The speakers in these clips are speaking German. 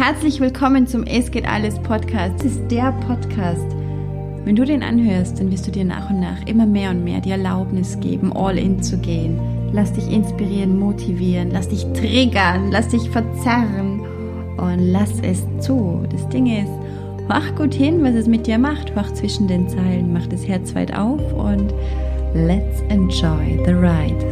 Herzlich willkommen zum Es geht alles Podcast. Das ist der Podcast. Wenn du den anhörst, dann wirst du dir nach und nach immer mehr und mehr die Erlaubnis geben, all in zu gehen. Lass dich inspirieren, motivieren, lass dich triggern, lass dich verzerren und lass es zu. Das Ding ist, mach gut hin, was es mit dir macht. Mach zwischen den Zeilen, mach das Herz weit auf und let's enjoy the ride.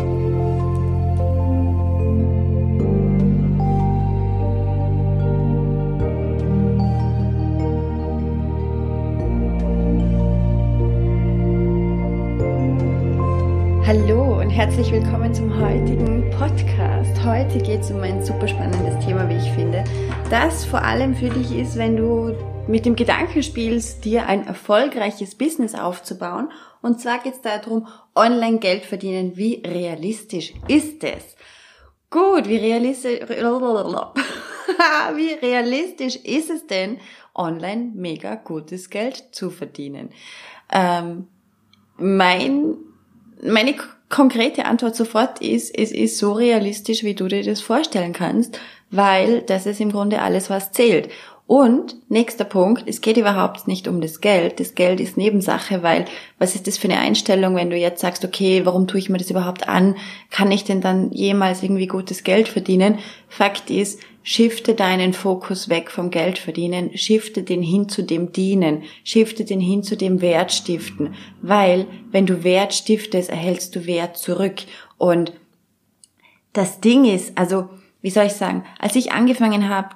Hallo und herzlich willkommen zum heutigen Podcast. Heute geht es um ein super spannendes Thema, wie ich finde, das vor allem für dich ist, wenn du mit dem Gedanken spielst, dir ein erfolgreiches Business aufzubauen. Und zwar geht es darum, online Geld verdienen. Wie realistisch ist es? Gut, wie realistisch ist es denn, online mega gutes Geld zu verdienen? Meine konkrete Antwort sofort ist, es ist so realistisch, wie du dir das vorstellen kannst, weil das ist im Grunde alles, was zählt. Und nächster Punkt, es geht überhaupt nicht um das Geld ist Nebensache, weil was ist das für eine Einstellung, wenn du jetzt sagst, okay, warum tue ich mir das überhaupt an, kann ich denn dann jemals irgendwie gutes Geld verdienen? Fakt ist, shifte deinen Fokus weg vom Geld verdienen, shifte den hin zu dem Dienen, shifte den hin zu dem Wert stiften, weil wenn du Wert stiftest, erhältst du Wert zurück. Und das Ding ist, also wie soll ich sagen, als ich angefangen habe,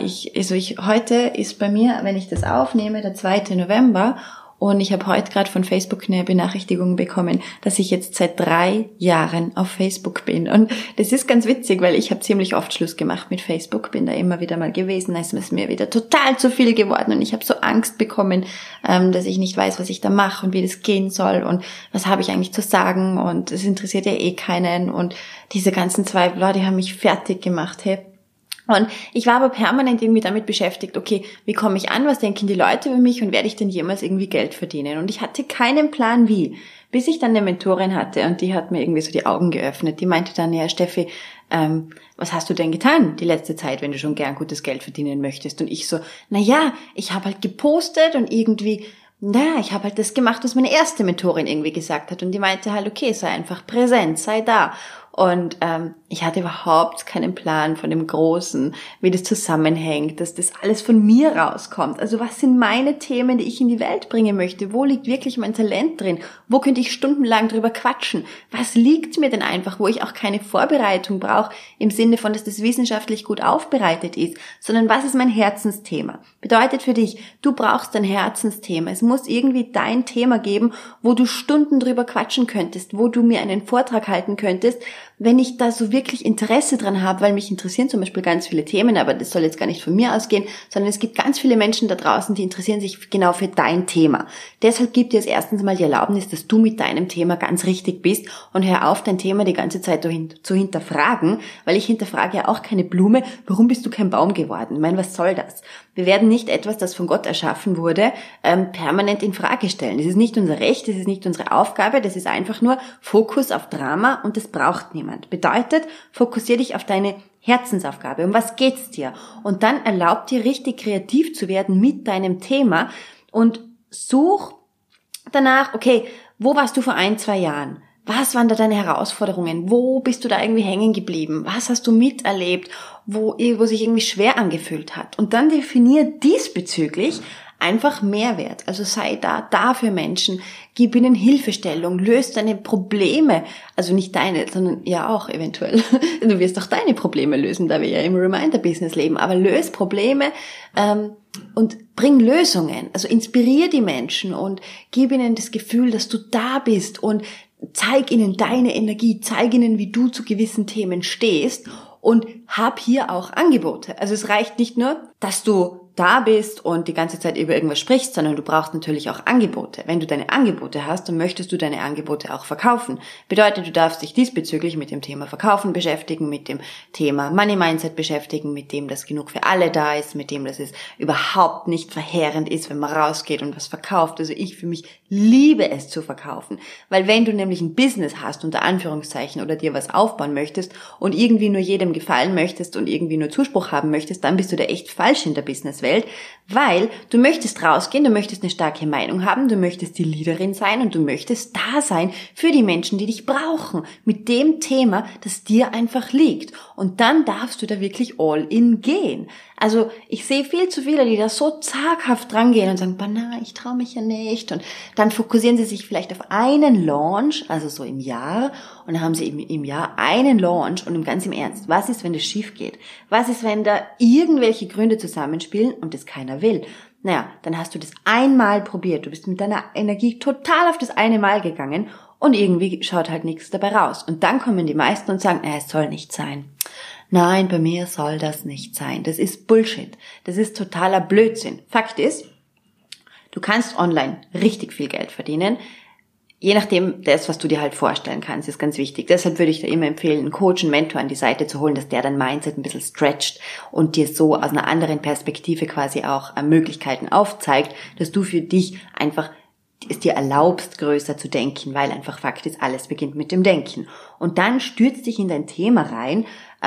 heute ist bei mir, wenn ich das aufnehme, der 2. November und ich habe heute gerade von Facebook eine Benachrichtigung bekommen, dass ich jetzt seit 3 Jahren auf Facebook bin. Und das ist ganz witzig, weil ich habe ziemlich oft Schluss gemacht mit Facebook, bin da immer wieder mal gewesen, da ist es mir wieder total zu viel geworden und ich habe so Angst bekommen, dass ich nicht weiß, was ich da mache und wie das gehen soll und was habe ich eigentlich zu sagen und es interessiert ja eh keinen und diese ganzen Zweifel, die haben mich fertig gemacht, hey. Und ich war aber permanent irgendwie damit beschäftigt, okay, wie komme ich an, was denken die Leute über mich und werde ich denn jemals irgendwie Geld verdienen? Und ich hatte keinen Plan wie, bis ich dann eine Mentorin hatte und die hat mir irgendwie so die Augen geöffnet. Die meinte dann, ja Steffi, was hast du denn getan die letzte Zeit, wenn du schon gern gutes Geld verdienen möchtest? Und ich so, ich habe halt gepostet und irgendwie, ich habe halt das gemacht, was meine erste Mentorin irgendwie gesagt hat. Und die meinte halt, okay, sei einfach präsent, sei da. Und ich hatte überhaupt keinen Plan von dem Großen, wie das zusammenhängt, dass das alles von mir rauskommt. Also was sind meine Themen, die ich in die Welt bringen möchte? Wo liegt wirklich mein Talent drin? Wo könnte ich stundenlang drüber quatschen? Was liegt mir denn einfach, wo ich auch keine Vorbereitung brauche, im Sinne von, dass das wissenschaftlich gut aufbereitet ist, sondern was ist mein Herzensthema? Bedeutet für dich, du brauchst ein Herzensthema. Es muss irgendwie dein Thema geben, wo du Stunden drüber quatschen könntest, wo du mir einen Vortrag halten könntest, wenn ich da so wirklich Interesse dran habe, weil mich interessieren zum Beispiel ganz viele Themen, aber das soll jetzt gar nicht von mir ausgehen, sondern es gibt ganz viele Menschen da draußen, die interessieren sich genau für dein Thema. Deshalb gib dir als erstens mal die Erlaubnis, dass du mit deinem Thema ganz richtig bist und hör auf, dein Thema die ganze Zeit zu hinterfragen, weil ich hinterfrage ja auch keine Blume, warum bist du kein Baum geworden? Ich meine, was soll das? Wir werden nicht etwas, das von Gott erschaffen wurde, permanent in Frage stellen. Das ist nicht unser Recht, das ist nicht unsere Aufgabe, das ist einfach nur Fokus auf Drama und das braucht niemand. Bedeutet, fokussier dich auf deine Herzensaufgabe. Um was geht's dir? Und dann erlaub dir, richtig kreativ zu werden mit deinem Thema und such danach, okay, wo warst du vor 1-2 Jahren? Was waren da deine Herausforderungen? Wo bist du da irgendwie hängen geblieben? Was hast du miterlebt, wo sich irgendwie schwer angefühlt hat? Und dann definier diesbezüglich einfach Mehrwert. Also sei da für Menschen, gib ihnen Hilfestellung, löst deine Probleme, also nicht deine, sondern ja auch eventuell. Du wirst auch deine Probleme lösen, da wir ja im Reminder-Business leben, aber löse Probleme und bring Lösungen. Also inspirier die Menschen und gib ihnen das Gefühl, dass du da bist und zeig ihnen deine Energie, zeig ihnen, wie du zu gewissen Themen stehst und hab hier auch Angebote. Also es reicht nicht nur, dass du da bist und die ganze Zeit über irgendwas sprichst, sondern du brauchst natürlich auch Angebote. Wenn du deine Angebote hast, dann möchtest du deine Angebote auch verkaufen. Bedeutet, du darfst dich diesbezüglich mit dem Thema Verkaufen beschäftigen, mit dem Thema Money Mindset beschäftigen, mit dem, dass genug für alle da ist, mit dem, dass es überhaupt nicht verheerend ist, wenn man rausgeht und was verkauft. Also ich für mich liebe es zu verkaufen, weil wenn du nämlich ein Business hast, unter Anführungszeichen, oder dir was aufbauen möchtest und irgendwie nur jedem gefallen möchtest und irgendwie nur Zuspruch haben möchtest, dann bist du da echt falsch in der Businesswelt, weil du möchtest rausgehen, du möchtest eine starke Meinung haben, du möchtest die Leaderin sein und du möchtest da sein für die Menschen, die dich brauchen, mit dem Thema, das dir einfach liegt. Und dann darfst du da wirklich all in gehen. Also ich sehe viel zu viele, die da so zaghaft dran gehen und sagen, na, ich traue mich ja nicht. Und dann fokussieren sie sich vielleicht auf einen Launch, also so im Jahr, und dann haben sie im Jahr einen Launch und ganz im Ernst, was ist, wenn das schief geht? Was ist, wenn da irgendwelche Gründe zusammenspielen und das keiner will? Naja, dann hast du das einmal probiert, du bist mit deiner Energie total auf das eine Mal gegangen und irgendwie schaut halt nichts dabei raus. Und dann kommen die meisten und sagen, es soll nicht sein. Nein, bei mir soll das nicht sein. Das ist Bullshit. Das ist totaler Blödsinn. Fakt ist, du kannst online richtig viel Geld verdienen. Je nachdem, das, was du dir halt vorstellen kannst, ist ganz wichtig. Deshalb würde ich da immer empfehlen, einen Coach, einen Mentor an die Seite zu holen, dass der dein Mindset ein bisschen stretcht und dir so aus einer anderen Perspektive quasi auch Möglichkeiten aufzeigt, dass du für dich einfach es dir erlaubst, größer zu denken, weil einfach Fakt ist, alles beginnt mit dem Denken. Und dann stürzt dich in dein Thema rein,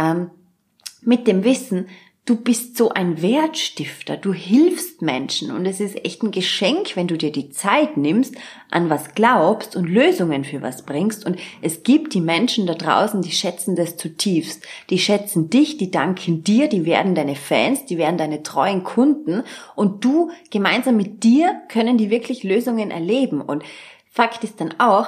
mit dem Wissen, du bist so ein Wertstifter, du hilfst Menschen und es ist echt ein Geschenk, wenn du dir die Zeit nimmst, an was glaubst und Lösungen für was bringst. Und es gibt die Menschen da draußen, die schätzen das zutiefst. Die schätzen dich, die danken dir, die werden deine Fans, die werden deine treuen Kunden und du gemeinsam mit dir können die wirklich Lösungen erleben. Und Fakt ist dann auch,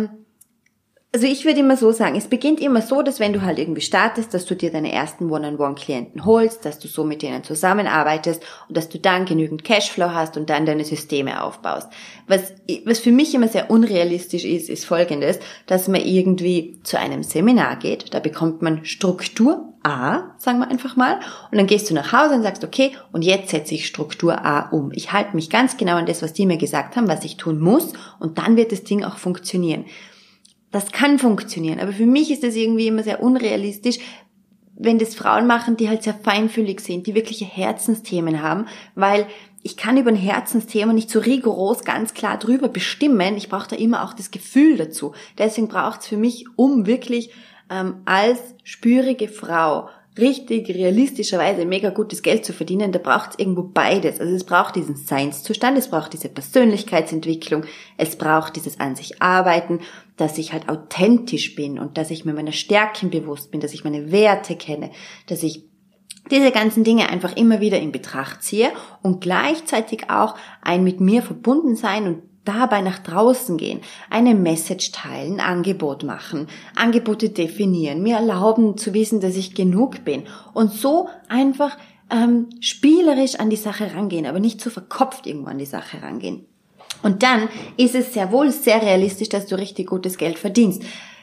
also ich würde immer so sagen, es beginnt immer so, dass wenn du halt irgendwie startest, dass du dir deine ersten One-on-One-Klienten holst, dass du so mit denen zusammenarbeitest und dass du dann genügend Cashflow hast und dann deine Systeme aufbaust. Was für mich immer sehr unrealistisch ist Folgendes, dass man irgendwie zu einem Seminar geht, da bekommt man Struktur A, sagen wir einfach mal, und dann gehst du nach Hause und sagst, okay, und jetzt setze ich Struktur A um. Ich halte mich ganz genau an das, was die mir gesagt haben, was ich tun muss und dann wird das Ding auch funktionieren. Das kann funktionieren, aber für mich ist das irgendwie immer sehr unrealistisch, wenn das Frauen machen, die halt sehr feinfühlig sind, die wirkliche Herzensthemen haben, weil ich kann über ein Herzensthema nicht so rigoros ganz klar drüber bestimmen. Ich brauche da immer auch das Gefühl dazu. Deswegen braucht es für mich, um wirklich als spürige Frau richtig realistischerweise mega gutes Geld zu verdienen, da braucht es irgendwo beides. Also es braucht diesen Seinszustand, es braucht diese Persönlichkeitsentwicklung, es braucht dieses an sich arbeiten, dass ich halt authentisch bin und dass ich mir meiner Stärken bewusst bin, dass ich meine Werte kenne, dass ich diese ganzen Dinge einfach immer wieder in Betracht ziehe und gleichzeitig auch ein mit mir verbunden sein und dabei nach draußen gehen, eine Message teilen, Angebot machen, Angebote definieren, mir erlauben zu wissen, dass ich genug bin und so einfach spielerisch an die Sache rangehen, aber nicht zu verkopft irgendwo an die Sache rangehen. Und dann ist es sehr wohl sehr realistisch, dass du richtig gutes Geld verdienst.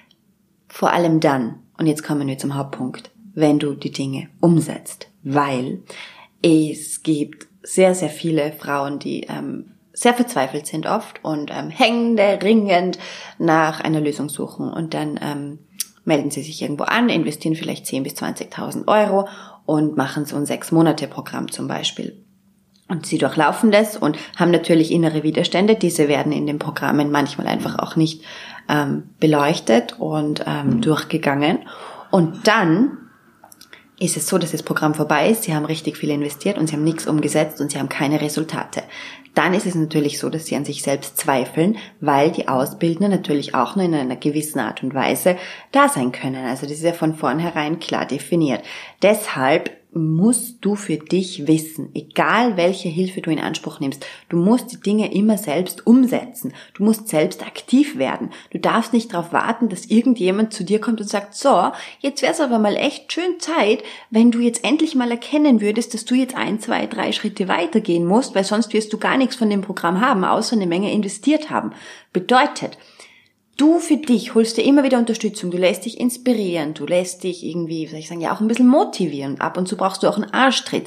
Vor allem dann, und jetzt kommen wir zum Hauptpunkt, wenn du die Dinge umsetzt, weil es gibt sehr, sehr viele Frauen, die sehr verzweifelt sind oft und händeringend nach einer Lösung suchen und dann melden sie sich irgendwo an, investieren vielleicht 10.000 bis 20.000 Euro und machen so ein 6-Monate-Programm zum Beispiel. Und sie durchlaufen das und haben natürlich innere Widerstände. Diese werden in den Programmen manchmal einfach auch nicht beleuchtet und durchgegangen. Und dann ist es so, dass das Programm vorbei ist, sie haben richtig viel investiert und sie haben nichts umgesetzt und sie haben keine Resultate. Dann ist es natürlich so, dass sie an sich selbst zweifeln, weil die Ausbildner natürlich auch nur in einer gewissen Art und Weise da sein können. Also das ist ja von vornherein klar definiert. Deshalb musst du für dich wissen, egal welche Hilfe du in Anspruch nimmst, du musst die Dinge immer selbst umsetzen. Du musst selbst aktiv werden. Du darfst nicht darauf warten, dass irgendjemand zu dir kommt und sagt, so, jetzt wäre es aber mal echt schön Zeit, wenn du jetzt endlich mal erkennen würdest, dass du jetzt 1, 2, 3 Schritte weitergehen musst, weil sonst wirst du gar nichts von dem Programm haben, außer eine Menge investiert haben. Bedeutet, du für dich holst dir immer wieder Unterstützung, du lässt dich inspirieren, du lässt dich irgendwie, wie soll ich sagen, ja auch ein bisschen motivieren. Ab und zu brauchst du auch einen Arschtritt.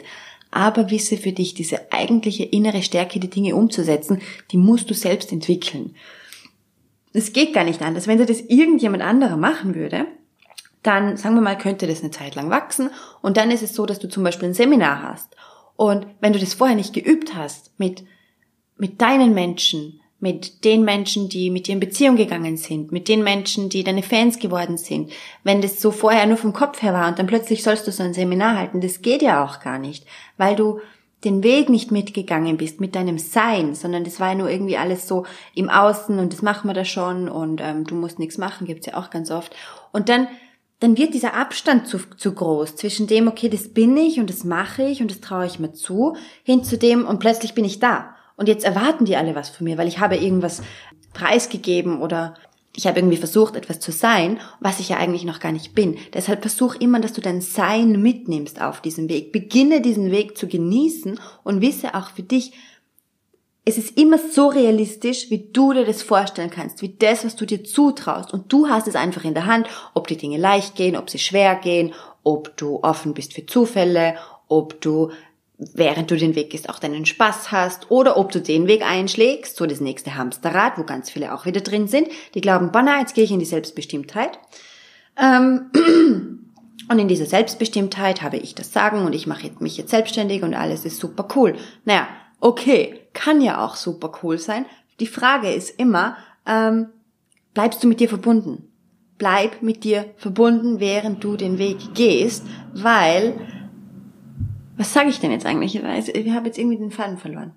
aber wisse für dich, diese eigentliche innere Stärke, die Dinge umzusetzen, die musst du selbst entwickeln. Es geht gar nicht anders. Wenn das irgendjemand anderer machen würde, dann, sagen wir mal, könnte das eine Zeit lang wachsen und dann ist es so, dass du zum Beispiel ein Seminar hast und wenn du das vorher nicht geübt hast mit deinen Menschen, mit den Menschen, die mit dir in Beziehung gegangen sind, mit den Menschen, die deine Fans geworden sind, wenn das so vorher nur vom Kopf her war und dann plötzlich sollst du so ein Seminar halten, das geht ja auch gar nicht, weil du den Weg nicht mitgegangen bist mit deinem Sein, sondern das war ja nur irgendwie alles so im Außen und das machen wir da schon und du musst nichts machen, gibt's ja auch ganz oft. Und dann wird dieser Abstand zu groß zwischen dem, okay, das bin ich und das mache ich und das traue ich mir zu, hin zu dem und plötzlich bin ich da. Und jetzt erwarten die alle was von mir, weil ich habe irgendwas preisgegeben oder ich habe irgendwie versucht, etwas zu sein, was ich ja eigentlich noch gar nicht bin. Deshalb versuch immer, dass du dein Sein mitnimmst auf diesem Weg. Beginne diesen Weg zu genießen und wisse auch für dich, es ist immer so realistisch, wie du dir das vorstellen kannst, wie das, was du dir zutraust. Und du hast es einfach in der Hand, ob die Dinge leicht gehen, ob sie schwer gehen, ob du offen bist für Zufälle, ob du, während du den Weg gehst, auch deinen Spaß hast oder ob du den Weg einschlägst, so das nächste Hamsterrad, wo ganz viele auch wieder drin sind, die glauben, boah, na, jetzt gehe ich in die Selbstbestimmtheit. Und in dieser Selbstbestimmtheit habe ich das Sagen und ich mache mich jetzt selbstständig und alles ist super cool. Naja, okay, kann ja auch super cool sein. Die Frage ist immer, bleibst du mit dir verbunden? Bleib mit dir verbunden, während du den Weg gehst, weil, was sage ich denn jetzt eigentlich? Ich habe jetzt irgendwie den Faden verloren.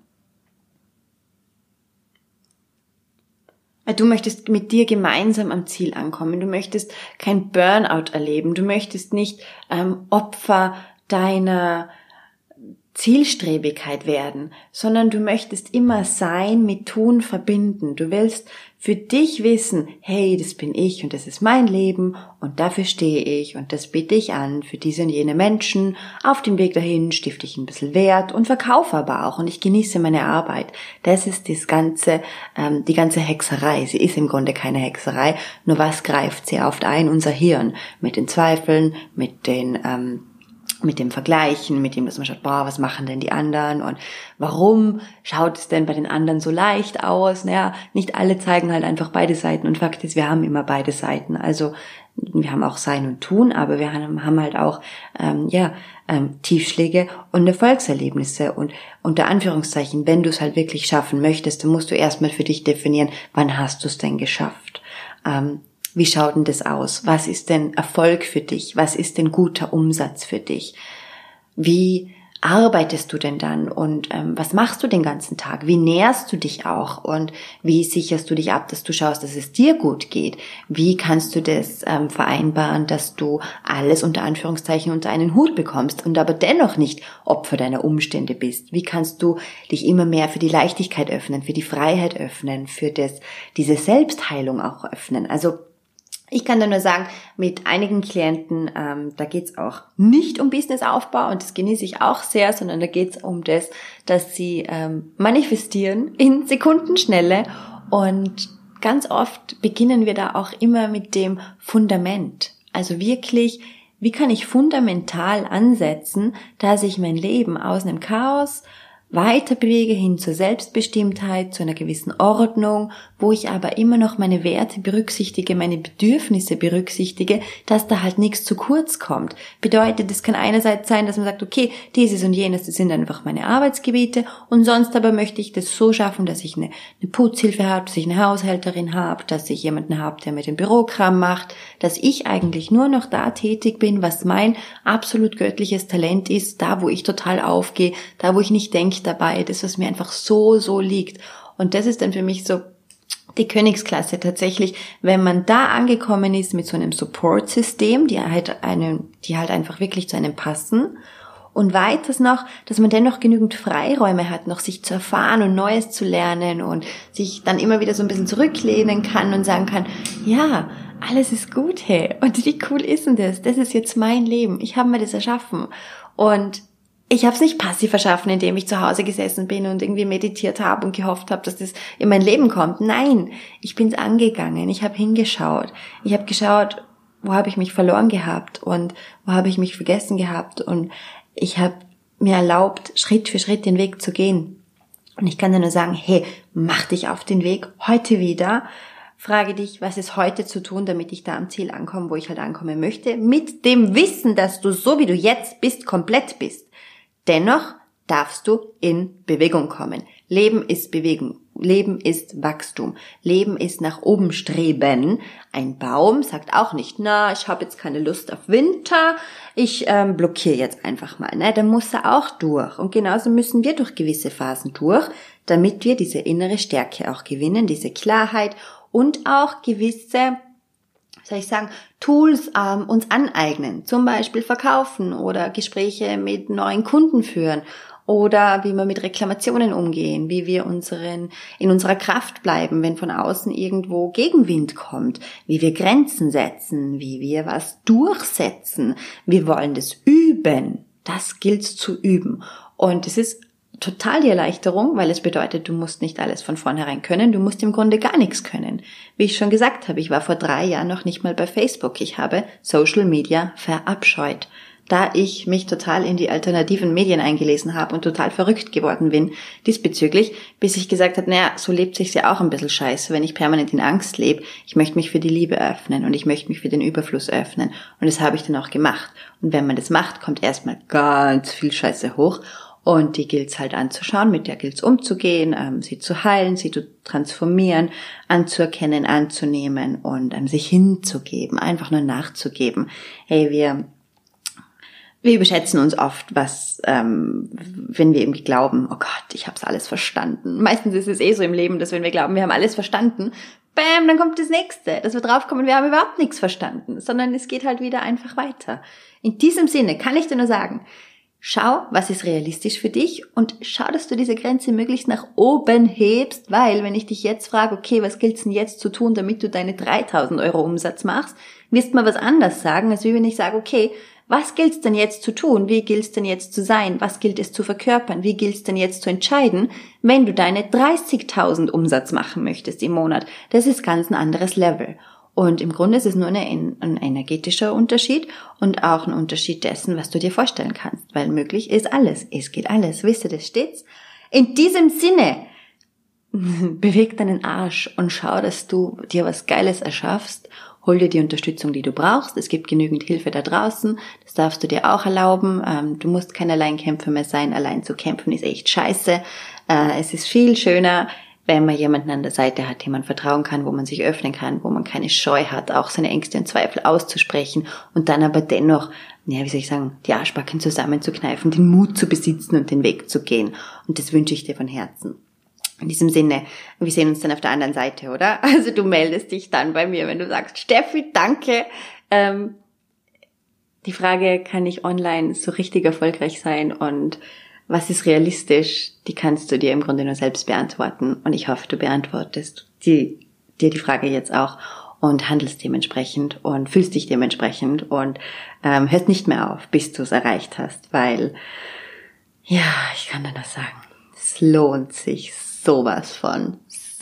Du möchtest mit dir gemeinsam am Ziel ankommen. Du möchtest kein Burnout erleben. Du möchtest nicht Opfer deiner Zielstrebigkeit werden, sondern du möchtest immer Sein mit Tun verbinden. Du willst für dich wissen, hey, das bin ich und das ist mein Leben und dafür stehe ich und das biete ich an für diese und jene Menschen. Auf dem Weg dahin stifte ich ein bisschen Wert und verkaufe aber auch und ich genieße meine Arbeit. Das ist die ganze Hexerei. Sie ist im Grunde keine Hexerei, nur was greift sie oft ein? Unser Hirn mit den Zweifeln, mit dem Vergleichen, mit dem, dass man schaut, boah, was machen denn die anderen und warum schaut es denn bei den anderen so leicht aus? Naja, nicht alle zeigen halt einfach beide Seiten und Fakt ist, wir haben immer beide Seiten. Also wir haben auch Sein und Tun, aber wir haben halt auch Tiefschläge und Erfolgserlebnisse und unter Anführungszeichen, wenn du es halt wirklich schaffen möchtest, dann musst du erstmal für dich definieren, wann hast du es denn geschafft? Wie schaut denn das aus? Was ist denn Erfolg für dich? Was ist denn guter Umsatz für dich? Wie arbeitest du denn dann? Und was machst du den ganzen Tag? Wie nährst du dich auch? Und wie sicherst du dich ab, dass du schaust, dass es dir gut geht? Wie kannst du das vereinbaren, dass du alles unter Anführungszeichen unter einen Hut bekommst und aber dennoch nicht Opfer deiner Umstände bist? Wie kannst du dich immer mehr für die Leichtigkeit öffnen, für die Freiheit öffnen, für diese Selbstheilung auch öffnen? Also ich kann da nur sagen, mit einigen Klienten, da geht's auch nicht um Businessaufbau und das genieße ich auch sehr, sondern da geht's um das, dass sie manifestieren in Sekundenschnelle und ganz oft beginnen wir da auch immer mit dem Fundament. Also wirklich, wie kann ich fundamental ansetzen, dass ich mein Leben aus einem Chaos weiter bewege hin zur Selbstbestimmtheit, zu einer gewissen Ordnung, wo ich aber immer noch meine Werte berücksichtige, meine Bedürfnisse berücksichtige, dass da halt nichts zu kurz kommt. Bedeutet, es kann einerseits sein, dass man sagt, okay, dieses und jenes, das sind einfach meine Arbeitsgebiete und sonst aber möchte ich das so schaffen, dass ich eine Putzhilfe habe, dass ich eine Haushälterin habe, dass ich jemanden habe, der mit dem Bürokram macht, dass ich eigentlich nur noch da tätig bin, was mein absolut göttliches Talent ist, da wo ich total aufgehe, da wo ich nicht denke dabei, das was mir einfach so liegt. Und das ist dann für mich so die Königsklasse tatsächlich, wenn man da angekommen ist mit so einem Support-System, die halt einfach wirklich zu einem passen. Und weiters noch, dass man dennoch genügend Freiräume hat, noch sich zu erfahren und Neues zu lernen und sich dann immer wieder so ein bisschen zurücklehnen kann und sagen kann, ja, alles ist gut, hey. Und wie cool ist denn das? Das ist jetzt mein Leben. Ich habe mir das erschaffen. Und ich habe es nicht passiv erschaffen, indem ich zu Hause gesessen bin und irgendwie meditiert habe und gehofft habe, dass das in mein Leben kommt. Nein, ich bin's angegangen. Ich habe hingeschaut. Ich habe geschaut, wo habe ich mich verloren gehabt und wo habe ich mich vergessen gehabt. Und ich habe mir erlaubt, Schritt für Schritt den Weg zu gehen. Und ich kann dir nur sagen, hey, mach dich auf den Weg heute wieder. Frage dich, was ist heute zu tun, damit ich da am Ziel ankomme, wo ich halt ankommen möchte, mit dem Wissen, dass du so wie du jetzt bist, komplett bist. Dennoch darfst du in Bewegung kommen. Leben ist Bewegung. Leben ist Wachstum. Leben ist nach oben streben. Ein Baum sagt auch nicht, na, ich habe jetzt keine Lust auf Winter, ich blockiere jetzt einfach mal. Ne? Da muss er auch durch. Und genauso müssen wir durch gewisse Phasen durch, damit wir diese innere Stärke auch gewinnen, diese Klarheit und auch gewisse, soll ich sagen, Tools uns aneignen. Zum Beispiel verkaufen oder Gespräche mit neuen Kunden führen. Oder wie wir mit Reklamationen umgehen, wie wir in unserer Kraft bleiben, wenn von außen irgendwo Gegenwind kommt, wie wir Grenzen setzen, wie wir was durchsetzen. Wir wollen das üben. Das gilt zu üben. Und es ist total die Erleichterung, weil es bedeutet, du musst nicht alles von vornherein können, du musst im Grunde gar nichts können. Wie ich schon gesagt habe, ich war vor 3 Jahren noch nicht mal bei Facebook. Ich habe Social Media verabscheut, da ich mich total in die alternativen Medien eingelesen habe und total verrückt geworden bin diesbezüglich, bis ich gesagt habe, naja, so lebt sich's ja auch ein bisschen scheiße, wenn ich permanent in Angst lebe. Ich möchte mich für die Liebe öffnen und ich möchte mich für den Überfluss öffnen. Und das habe ich dann auch gemacht. Und wenn man das macht, kommt erstmal ganz viel Scheiße hoch. Und die gilt's halt anzuschauen, mit der gilt's umzugehen, sie zu heilen, sie zu transformieren, anzuerkennen, anzunehmen und sich hinzugeben, einfach nur nachzugeben. Hey, wir überschätzen uns oft, wenn wir irgendwie glauben, oh Gott, ich hab's alles verstanden. Meistens ist es so im Leben, dass wenn wir glauben, wir haben alles verstanden, bam, dann kommt das Nächste, dass wir draufkommen, wir haben überhaupt nichts verstanden, sondern es geht halt wieder einfach weiter. In diesem Sinne kann ich dir nur sagen, schau, was ist realistisch für dich und schau, dass du diese Grenze möglichst nach oben hebst, weil wenn ich dich jetzt frage, okay, was gilt's denn jetzt zu tun, damit du deine 3.000 € Umsatz machst, wirst du mal was anderes sagen, als wie wenn ich sage, okay, was gilt's denn jetzt zu tun? Wie gilt's denn jetzt zu sein? Was gilt es zu verkörpern? Wie gilt's denn jetzt zu entscheiden, wenn du deine 30.000 Umsatz machen möchtest im Monat? Das ist ganz ein anderes Level. Und im Grunde ist es nur ein energetischer Unterschied und auch ein Unterschied dessen, was du dir vorstellen kannst. Weil möglich ist alles. Es geht alles. Wisst ihr das stets? In diesem Sinne, beweg deinen Arsch und schau, dass du dir was Geiles erschaffst. Hol dir die Unterstützung, die du brauchst. Es gibt genügend Hilfe da draußen. Das darfst du dir auch erlauben. Du musst kein Alleinkämpfer mehr sein. Allein zu kämpfen ist echt scheiße. Es ist viel schöner, wenn man jemanden an der Seite hat, dem man vertrauen kann, wo man sich öffnen kann, wo man keine Scheu hat, auch seine Ängste und Zweifel auszusprechen und dann aber dennoch, die Arschbacken zusammenzukneifen, den Mut zu besitzen und den Weg zu gehen. Und das wünsche ich dir von Herzen. In diesem Sinne, wir sehen uns dann auf der anderen Seite, oder? Also du meldest dich dann bei mir, wenn du sagst, Steffi, danke. Die Frage, kann ich online so richtig erfolgreich sein und was ist realistisch, die kannst du dir im Grunde nur selbst beantworten. Und ich hoffe, du beantwortest dir die Frage jetzt auch und handelst dementsprechend und fühlst dich dementsprechend und hörst nicht mehr auf, bis du es erreicht hast. Weil, ja, ich kann dir nur sagen, es lohnt sich sowas von,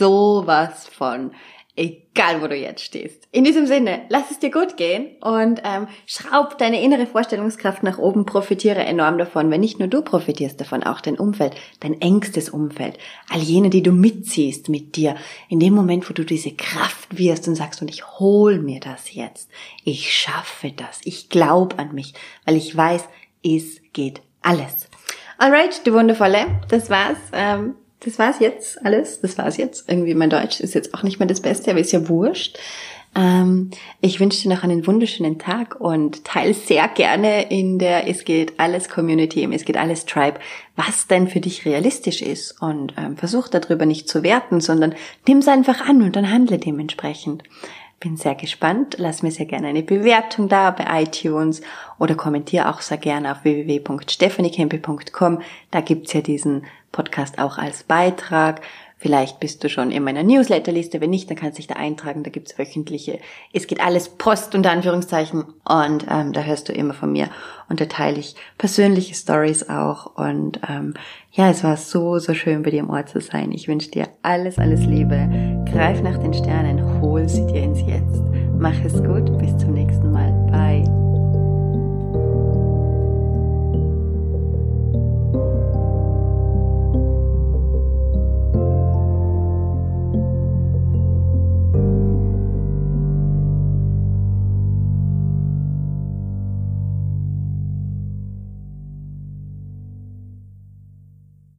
egal wo du jetzt stehst. In diesem Sinne, lass es dir gut gehen und schraub deine innere Vorstellungskraft nach oben, profitiere enorm davon, weil nicht nur du profitierst davon, auch dein Umfeld, dein engstes Umfeld, all jene, die du mitziehst mit dir, in dem Moment, wo du diese Kraft wirst und sagst, und ich hol mir das jetzt, ich schaffe das, ich glaube an mich, weil ich weiß, es geht alles. Alright, du Wundervolle, das war's. Das war's jetzt alles. Das war's jetzt. Irgendwie mein Deutsch ist jetzt auch nicht mehr das Beste, aber ist ja wurscht. Ich wünsche dir noch einen wunderschönen Tag und teile sehr gerne in der Es geht alles Community, im Es geht alles Tribe, was denn für dich realistisch ist und versuch darüber nicht zu werten, sondern nimm's einfach an und dann handle dementsprechend. Bin sehr gespannt. Lass mir sehr gerne eine Bewertung da bei iTunes oder kommentiere auch sehr gerne auf www.stephaniekempe.com. Da gibt's ja diesen Podcast auch als Beitrag. Vielleicht bist du schon in meiner Newsletterliste. Wenn nicht, dann kannst du dich da eintragen. Da gibt's wöchentliche, es geht alles Post unter Anführungszeichen. Und da hörst du immer von mir. Und da teile ich persönliche Stories auch. Und es war so schön, bei dir im Ohr zu sein. Ich wünsche dir alles Liebe. Greif nach den Sternen, hol sie dir ins Jetzt. Mach es gut, bis zum nächsten Mal. Bye.